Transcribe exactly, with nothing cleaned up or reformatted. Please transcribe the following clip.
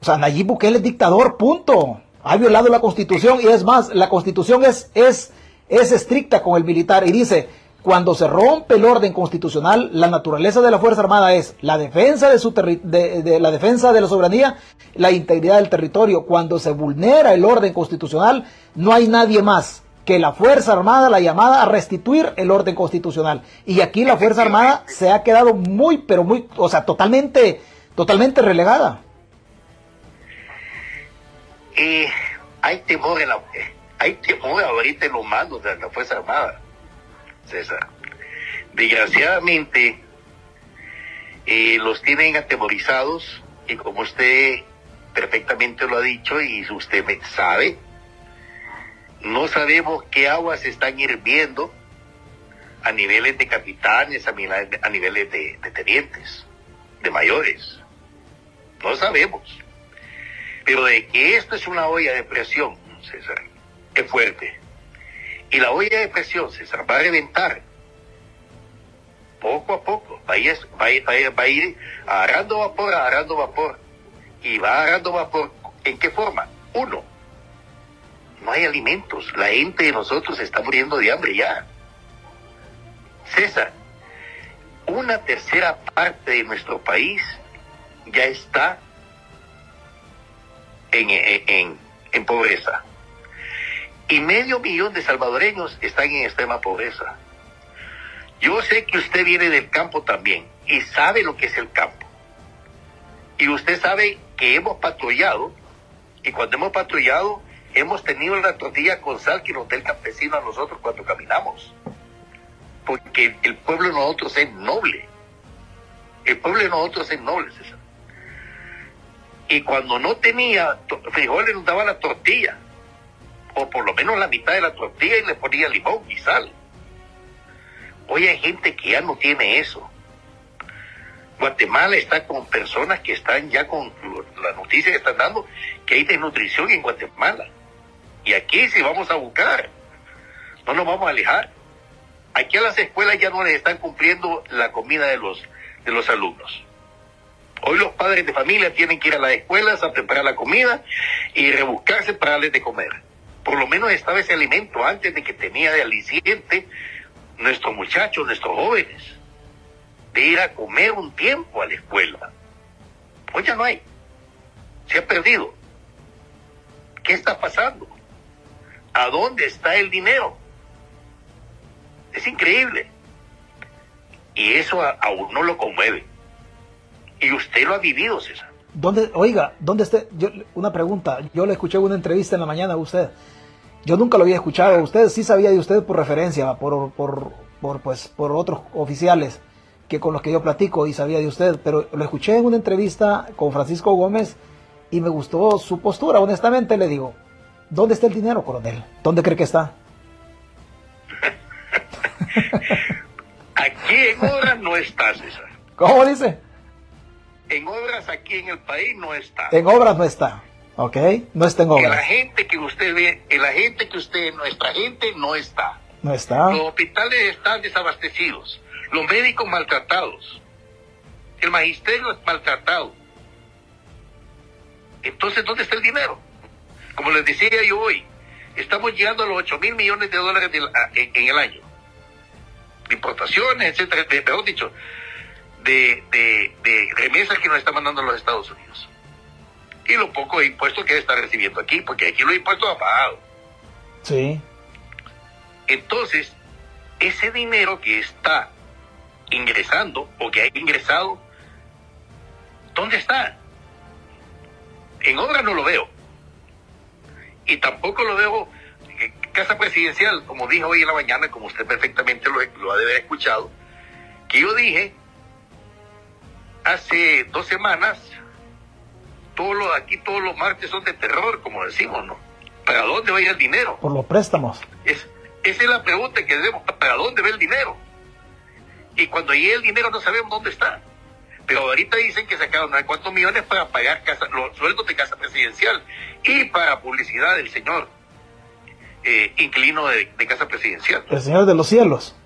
O sea, Nayib Bukele es dictador, punto. Ha violado la Constitución y es más, la Constitución es, es, es estricta con el militar y dice, cuando se rompe el orden constitucional, la naturaleza de la Fuerza Armada es la defensa de, su terri de, de la defensa de la soberanía, la integridad del territorio. Cuando se vulnera el orden constitucional, no hay nadie más que la Fuerza Armada, la llamada a restituir el orden constitucional. Y aquí la Fuerza Armada se ha quedado muy, pero muy, o sea, totalmente, totalmente relegada. Eh, hay temor en la, hay temor ahorita en los mandos de la Fuerza Armada, César. Desgraciadamente, eh, los tienen atemorizados y como usted perfectamente lo ha dicho y usted sabe, no sabemos qué aguas están hirviendo a niveles de capitanes, a, a niveles de, de tenientes, de mayores. No sabemos. Pero de que esto es una olla de presión, César, es fuerte. Y la olla de presión, César, va a reventar poco a poco. Va a ir, va a ir, va a ir, va a ir agarrando vapor, agarrando vapor. Y va agarrando vapor. ¿En qué forma? Uno, no hay alimentos. La gente de nosotros se está muriendo de hambre ya. César, una tercera parte de nuestro país ya está en, en, en, en pobreza. Y medio millón de salvadoreños están en extrema pobreza. Yo sé que usted viene del campo también y sabe lo que es el campo. Y usted sabe que hemos patrullado y cuando hemos patrullado hemos tenido la tortilla con sal que nos da el campesino a nosotros cuando caminamos. Porque el pueblo de nosotros es noble. El pueblo de nosotros es noble, César. Y cuando no tenía frijoles nos daba la tortilla. O por lo menos la mitad de la tortilla y le ponía limón y sal. Hoy hay gente que ya no tiene eso. Guatemala está con personas que están ya con la noticia que están dando que hay desnutrición en Guatemala. Y aquí si vamos a buscar, no nos vamos a alejar. Aquí a las escuelas ya no les están cumpliendo la comida de los, de los alumnos. Hoy los padres de familia tienen que ir a las escuelas a preparar la comida y rebuscarse para darles de comer. Por lo menos estaba ese alimento antes de que tenía de aliciente nuestros muchachos, nuestros jóvenes, de ir a comer un tiempo a la escuela. Pues ya no hay. Se ha perdido. ¿Qué está pasando? ¿A dónde está el dinero? Es increíble. Y eso a, a uno lo conmueve. Y usted lo ha vivido, César. ¿Dónde, oiga, dónde está? Yo, una pregunta. Yo le escuché una entrevista en la mañana a usted. Yo nunca lo había escuchado. Usted sí sabía de usted por referencia, por, por, por, pues, por otros oficiales que con los que yo platico y sabía de usted. Pero lo escuché en una entrevista con Francisco Gómez y me gustó su postura. Honestamente le digo, ¿dónde está el dinero, coronel? ¿Dónde cree que está? Aquí en obras no está, César. ¿Cómo dice? En obras aquí en el país no está. En obras no está, ¿ok? No está en obras. En la gente que usted ve, en la gente que usted, nuestra gente no está. No está. Los hospitales están desabastecidos, los médicos maltratados, el magisterio es maltratado. Entonces, ¿dónde está el dinero? Como les decía yo hoy, estamos llegando a los ocho mil millones de dólares de, en, en el año. De importaciones, etcétera, de, mejor dicho, de, de, de remesas que nos están mandando los Estados Unidos. Y lo poco de impuestos que está recibiendo aquí, porque aquí los impuestos han bajado. Sí. Entonces, ese dinero que está ingresando, o que ha ingresado, ¿dónde está? En obra no lo veo. Y tampoco lo veo en Casa Presidencial, como dije hoy en la mañana, como usted perfectamente lo, lo ha de haber escuchado, que yo dije hace dos semanas, todos los, aquí todos los martes son de terror, como decimos, ¿no? ¿Para dónde va a ir el dinero? Por los préstamos. Es, esa es la pregunta que debemos, ¿para dónde va el dinero? Y cuando llegue el dinero no sabemos dónde está. Pero ahorita dicen que sacaron no sé cuántos millones para pagar casa, los sueldos de Casa Presidencial y para publicidad del señor eh, inquilino de, de Casa Presidencial. El señor de los cielos.